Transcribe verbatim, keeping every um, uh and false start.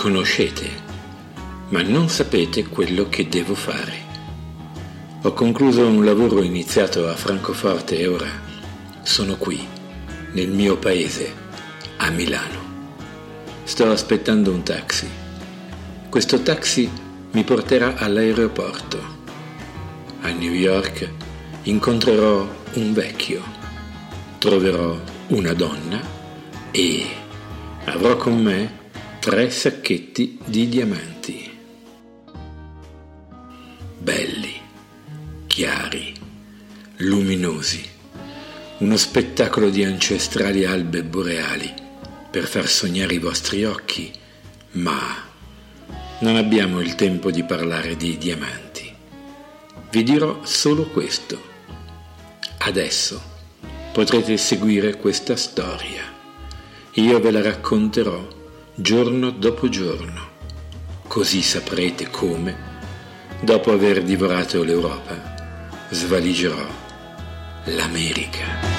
conoscete, ma non sapete quello che devo fare. Ho concluso un lavoro iniziato a Francoforte e ora sono qui, nel mio paese, a Milano. Sto aspettando un taxi. Questo taxi mi porterà all'aeroporto. A New York incontrerò un vecchio, troverò una donna e avrò con me tre sacchetti di diamanti. Belli, chiari, luminosi, uno spettacolo di ancestrali albe boreali per far sognare i vostri occhi, ma non abbiamo il tempo di parlare di diamanti. Vi dirò solo questo. Adesso potrete seguire questa storia. Io ve la racconterò giorno dopo giorno, così saprete come, dopo aver divorato l'Europa, svaligerò l'America.